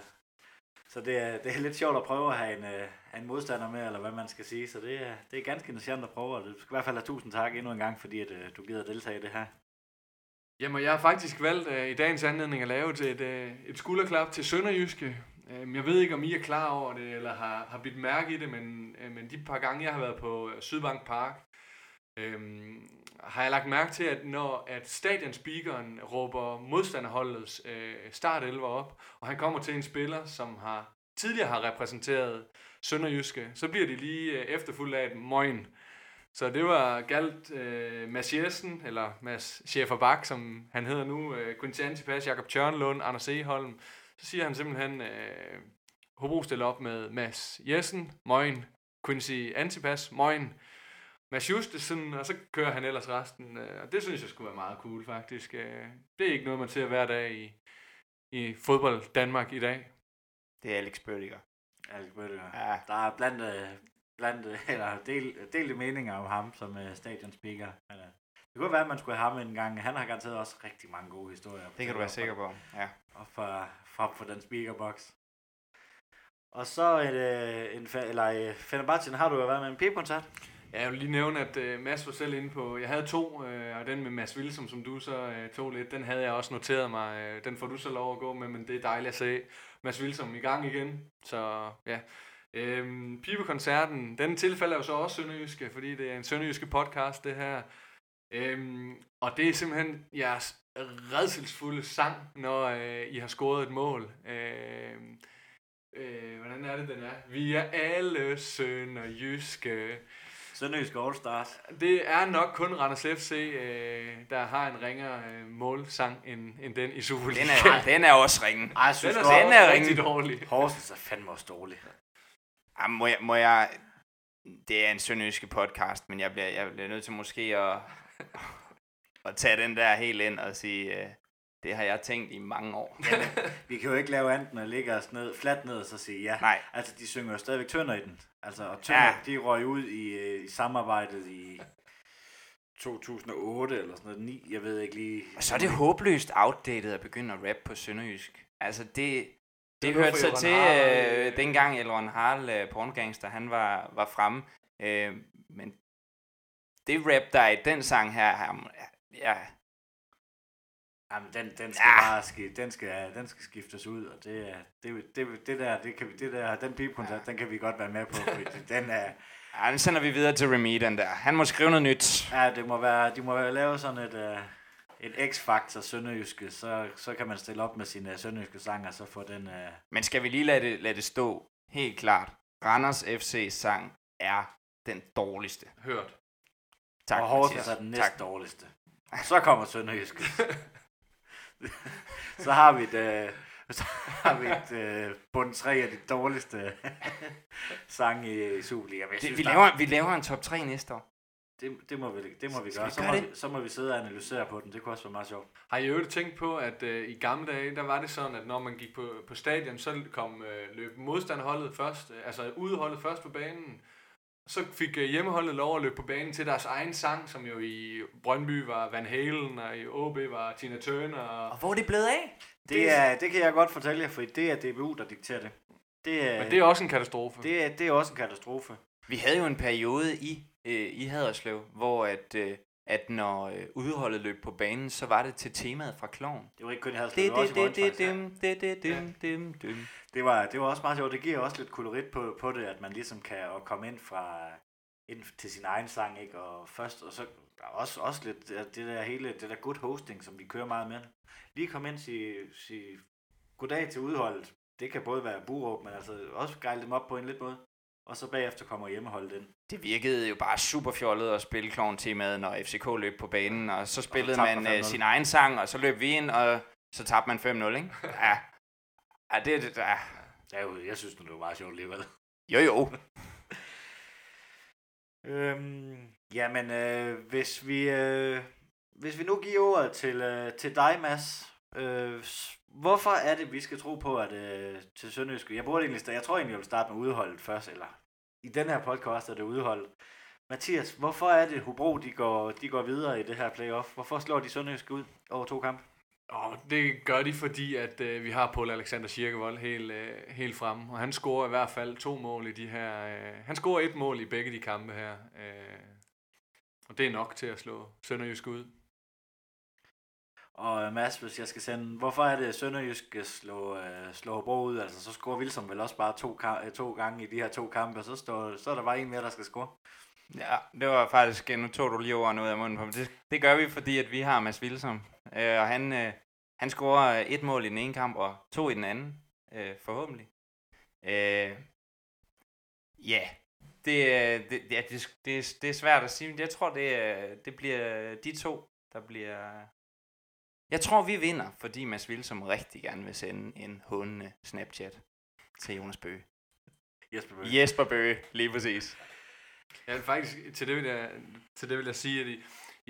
så det er lidt sjovt at prøve at have en modstander med, eller hvad man skal sige. Så det er ganske interessant at prøve, og du skal i hvert fald have 1000 tak endnu en gang, fordi at du gider deltage i det her. Jamen, jeg har faktisk valgt i dagens anledning at lave et skulderklap til sønderjyske. Jeg ved ikke, om I er klar over det, eller har bidt mærke i det, men de par gange, jeg har været på Sydbank Park, har jeg lagt mærke til, at når stadionspeakeren råber modstanderholdets startelver op, og han kommer til en spiller, som tidligere har repræsenteret sønderjyske, så bliver de lige efterfulgt af et møgn. Så det var galt Mads Jessen, eller Mads Schäfer-Bak, som han hedder nu, Quincy Antipas, Jakob Tjørnlund, Anders Egholm. Så siger han simpelthen, Hobro stiller op med Mads Jessen, møgn, Quincy Antipas, møgn, Mads Justesen, og så kører han ellers resten. Og det synes jeg skulle være meget cool, faktisk. Det er ikke noget, man ser hver dag i fodbold Danmark i dag. Det er Alex Bøttiger. Ja. Der er delte meninger om ham som stadionspeaker. Men, det kunne være, at man skulle have ham en gang. Han har garanteret også rigtig mange gode historier. Det kan du være sikker på, ja. Og fra den speakerbox. Og så Fenerbahce har du jo været med en Pibe-koncert. Ja, jeg vil lige nævne, at Mads var selv inde på, jeg havde 2, og den med Mads Wilsom, som du så tog lidt, den havde jeg også noteret mig. Den får du så lov at gå med, men det er dejligt at se Mads Wilsom i gang igen. Så ja, Pibe-koncerten, den tilfælder jo så også sønderjyske, fordi det er en sønderjyske podcast, det her. Og det er simpelthen jeres rædselsfulde sang, når I har scoret et mål. Hvordan er det, den er? Vi er alle sønderjyske. Sønderjyske All Stars. Det er nok kun Randers FC, der har en ringere målsang end den i Superligaen. Den er også ringen. Ej, den er rigtig dårlig. Horsens er fandme også dårlig. Må jeg... Det er en sønderjyske podcast, men jeg bliver nødt til måske at tage den der helt ind og sige... Det har jeg tænkt i mange år. Vi kan jo ikke lave andet end at ligge os fladt ned og så sige ja. Nej. Altså, de synger jo stadigvæk Tønder i den. Altså, og Tønder, de røg ud i samarbejdet i 2008 eller sådan noget, 9, jeg ved ikke lige. Og så er det håbløst outdated at begynde at rappe på sønderjysk. Altså, det hørte sig til, dengang Elron Harl, pornogangster, han var fremme. Men det rap, der er i den sang her, ja... Jamen, den skal bare den skal skiftes ud, og den Pibe-koncert, den kan vi godt være med på, fordi den er... Ja, den sender vi videre til Remy, den der. Han må skrive noget nyt. Ja, de må lave sådan et X-faktor sønderjyske, så kan man stille op med sine sønderjyske sang, og så få den... Men skal vi lige lade det stå helt klart? Randers FC sang er den dårligste. Hørt. Tak, og Horsens er den næst dårligste. Så kommer sønderjyske. Så har vi et bund 3 af de dårligste sange i Superligaen. Vi laver en top 3 næste år. Det må vi gøre. Så må vi sidde og analysere på den. Det kunne også være meget sjovt. Har I jo tænkt på, at i gamle dage, der var det sådan, at når man gik på stadion, så kom løb modstanderholdet først, altså udeholdet først på banen. Så fik hjemmeholdet lov at løbe på banen til deres egen sang, som jo i Brøndby var Van Halen, og i OB var Tina Turner. Og hvor er det blevet af? Det kan jeg godt fortælle jer, for det er DBU, der dikterer det. Men det er også en katastrofe. Det er også en katastrofe. Vi havde jo en periode i Haderslev, hvor at når udholdet løb på banen, så var det til temaet fra Klovn. Det var ikke kun i Haderslev, det var også i Vojens. Det var også meget sjovt. Det giver også lidt kolorit på det, at man ligesom kan komme ind til sin egen sang, ikke? Og først, og så også lidt det der good hosting, som vi kører meget med. Lige komme ind og sige goddag til udholdet. Det kan både være buråb, men altså også gejle dem op på en lidt måde. Og så bagefter kommer hjemmeholdet ind. Det virkede jo bare super fjollet at spille Klovn-temaet, når FCK løb på banen, og så spillede man sin egen sang, og så løb vi ind, og så tabte man 5-0, ikke? Ja. Jeg synes, det var meget sjovt alligevel. Jo. Jamen, hvis vi nu giver ordet til dig, Mads, hvorfor er det, vi skal tro på, at til Sønderjyske? Jeg tror egentlig, jeg vil starte med udholdet først, eller i den her podcast er det udholdet. Mathias, hvorfor er det, Hobro de går videre i det her playoff? Hvorfor slår de Sønderjyske ud over 2 kampe? Det gør de, fordi at vi har Paul Alexander Kirkevold helt fremme, og han scorer i hvert fald 2 mål i de her. Han scorer 1 mål i begge de kampe her, og det er nok til at slå Sønderjyske ud. Og Mads, hvis jeg skal sende, hvorfor er det, at Sønderjyske slår Hobro ud? Altså, så scorer Wilson vel også bare 2 gange i de her 2 kampe, og så er der bare en mere, der skal score. Ja, det var faktisk, nu tog du lige ordene ud af munden på mig. Det gør vi, fordi at vi har Mads Wilson, og han scorer 1 mål i den ene kamp, og 2 i den anden, forhåbentlig. Det er svært at sige. Jeg tror, det bliver de 2, der bliver. Jeg tror, vi vinder, fordi Mads Wilson rigtig gerne vil sende en hånende Snapchat til Jonas Bøge. Jesper Bøge, lige præcis. Ja, faktisk, til det vil jeg sige, at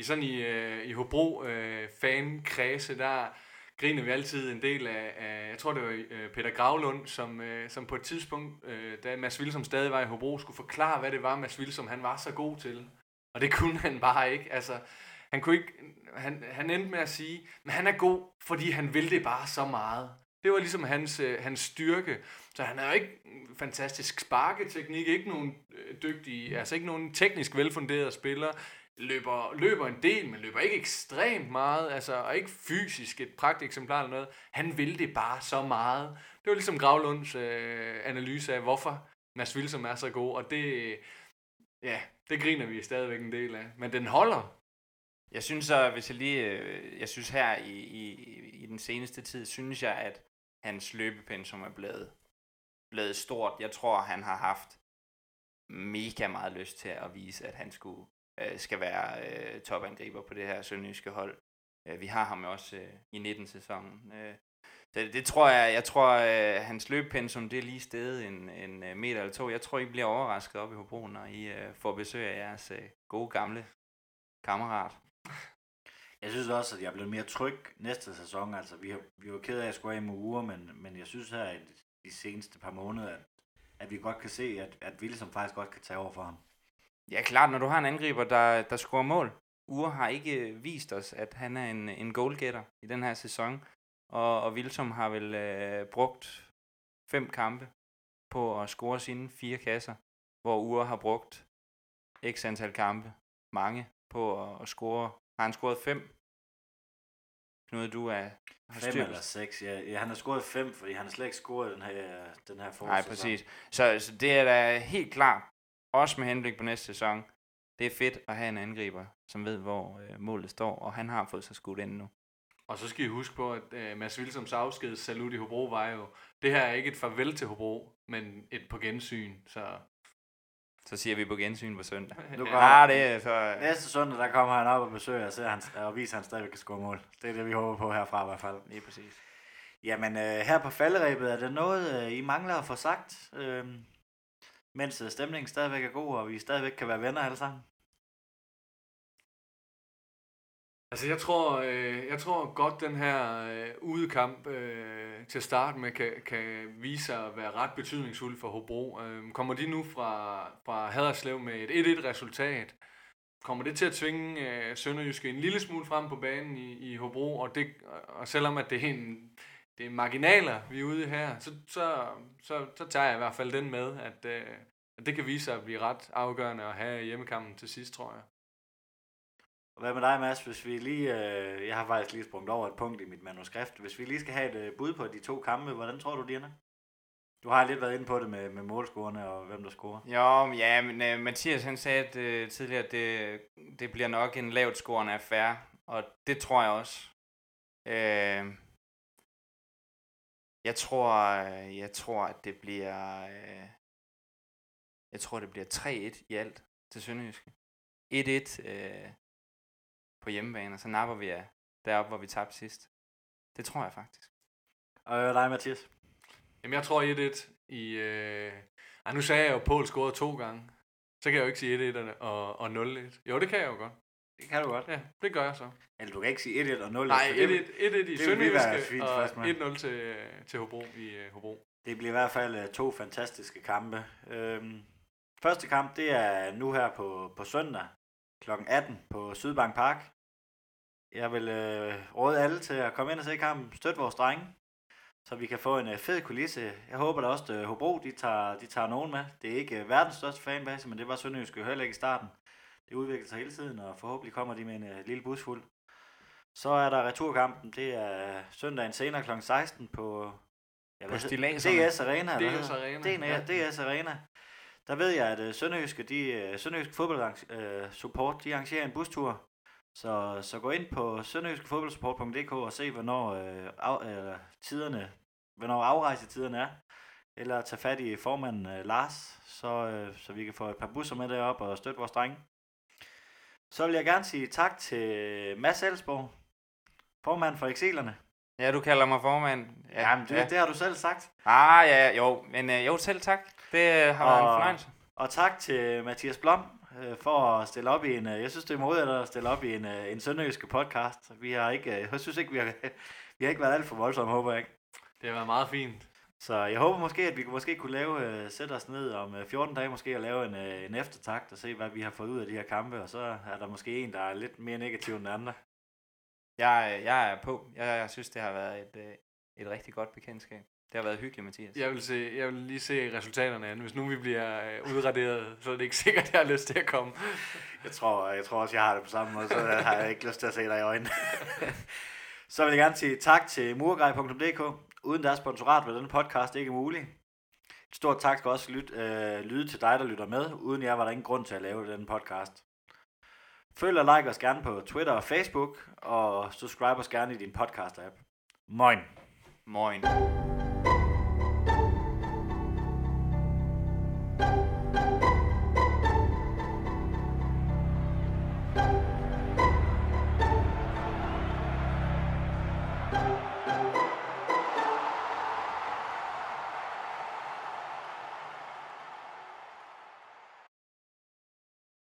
i Hobro fan-kredse, der griner vi altid en del af jeg tror det var Peter Gravlund, som på et tidspunkt, da Mads Wilson stadig var i Hobro, skulle forklare, hvad det var, Mads Wilson han var så god til. Og det kunne han bare ikke. Altså, han kunne ikke, han endte med at sige, men han er god, fordi han vil det bare så meget. Det var ligesom hans styrke. Så han er jo ikke fantastisk sparketeknik, ikke nogen dygtig, altså ikke nogen teknisk velfunderet spiller. Løber en del, men løber ikke ekstremt meget, altså, og ikke fysisk et pragteksemplar eller noget. Han vil det bare så meget. Det var ligesom Gravlunds analyse af, hvorfor Mads Wilson er så god, og det griner vi stadigvæk en del af. Men den holder. Jeg synes så, jeg synes her i den seneste tid, synes jeg, at hans løbepensum er blevet stort. Jeg tror, han har haft mega meget lyst til at vise, at han skal være topangriber på det her sønderjyske hold. Vi har ham også i 19-sæsonen. Så det tror jeg tror, hans løbepensum, det er lige stedet en meter eller 2. Jeg tror, I bliver overrasket op i Hobro, når I får besøg af jeres gode gamle kammerat. Jeg synes også, at jeg er blevet mere tryg næste sæson. Altså, vi var ked af at skulle af med uger, men jeg synes her i de seneste par måneder, at vi godt kan se, at Wilson faktisk godt kan tage over for ham. Ja, klart, når du har en angriber, der scorer mål. Ure har ikke vist os, at han er en goalgetter i den her sæson. Og Wilson har vel brugt 5 kampe på at score sine 4 kasser, hvor Ure har brugt x antal kampe, mange, på at score. Har han scoret 5? Knud, du har 5 eller 6. Ja, han har scoret 5, fordi han har slet ikke scoret den her forårssæson. Nej, præcis. Så det er da helt klart, også med henblik på næste sæson. Det er fedt at have en angriber, som ved, hvor målet står, og han har fået sig skudt ind nu. Og så skal I huske på, at Mads Wilsons afskedssalut i Hobro var jo, det her er ikke et farvel til Hobro, men et på gensyn, Så siger vi på gensyn på søndag. Næste søndag, der kommer han op og besøger og viser, at han stadigvæk kan score mål. Det er det, vi håber på herfra i hvert fald. Lige præcis. Jamen, her på falderæbet, er det noget, I mangler at få sagt, mens stemningen stadigvæk er god, og vi stadigvæk kan være venner alle sammen? Altså jeg tror godt den her udekamp til at starte med kan vise sig at være ret betydningsfuld for Hobro. Kommer de nu fra Haderslev med et 1-1 resultat, kommer det til at tvinge Sønderjyske en lille smule frem på banen i Hobro, og selvom at det er marginaler, vi er ude her, så tager jeg i hvert fald den med, at det kan vise sig at blive ret afgørende at have hjemmekampen til sidst, tror jeg. Hvad med dig, Mads? Hvis vi lige, jeg har faktisk lige sprunget over et punkt i mit manuskript. Hvis vi lige skal have et bud på de 2 kampe, hvordan tror du, de ender? Du har lidt været inde på det med målscorerne og hvem der scorer. Jo, ja, men Mathias han sagde tidligere, at det bliver nok en lavt scorende affære, og det tror jeg også. Jeg tror, at det bliver... Jeg tror, det bliver 3-1 i alt til Sønderjyske. 1-1 på hjemmebane, og så napper vi deroppe, hvor vi tabte sidst. Det tror jeg faktisk. Og dig, Mathias? Jamen, jeg tror 1-1 i... nu sagde jeg jo, at Poul scorede 2 gange. Så kan jeg jo ikke sige 1-1 og 0-1. Jo, det kan jeg jo godt. Det kan du godt. Ja, det gør jeg så. Eller du kan ikke sige 1-1 og 0-1. Nej, 1-1 i Sønderjyske og 1-0 til Hobro i Hobro. Det bliver i hvert fald 2 fantastiske kampe. Første kamp, det er nu her på søndag kl. 18 på Sydbank Park. Jeg vil råde alle til at komme ind og se kampen, støtte vores drenge, så vi kan få en fed kulisse. Jeg håber da også, at Hobro de tager nogen med. Det er ikke verdens største fanbase, men det var Sønderjyske heller ikke i starten. Det udvikler sig hele tiden, og forhåbentlig kommer de med en lille bus fuld. Så er der returkampen, det er søndagen senere kl. 16 på DS Arena. DS Arena. Der ved jeg, at Sønderjyske fodboldsupport, de arrangerer en bustur. Så gå ind på sønderjyskefodboldsupport.dk og se, hvornår afrejsetiderne er. Eller tage fat i formanden Lars, så vi kan få et par busser med derop og støtte vores drenge. Så vil jeg gerne sige tak til Mads Elsborg, formand for Exilerne. Ja, du kalder mig formand. Ja, jamen, det har du selv sagt. Jo, selv tak. Det har været en fornøjelse. Og tak til Mathias Blom for at stille op i jeg synes det er modigt at stille op i en sønderjyske podcast. Jeg synes ikke, vi har ikke været alt for voldsomme, håber jeg ikke. Det har været meget fint. Så jeg håber måske, at vi kunne sætte os ned om 14 dage måske og lave en eftertakt og se, hvad vi har fået ud af de her kampe. Og så er der måske en, der er lidt mere negativ end den andre. Jeg er på. Jeg synes, det har været et rigtig godt bekendtskab. Det har været hyggeligt, Mathias. Jeg vil lige se resultaterne an. Hvis nu vi bliver udraderet, så er det ikke sikkert, at jeg har lyst til at komme. Jeg tror også, jeg har det på samme måde, så har jeg ikke lyst til at se dig i øjnene. Så vil jeg gerne sige tak til murgrej.dk. Uden deres sponsorat var denne podcast ikke mulig. Et stort tak skal også lyde til dig, der lytter med. Uden jer var der ingen grund til at lave denne podcast. Følg og like os gerne på Twitter og Facebook, og subscribe os gerne i din podcast-app. Moin. Moin.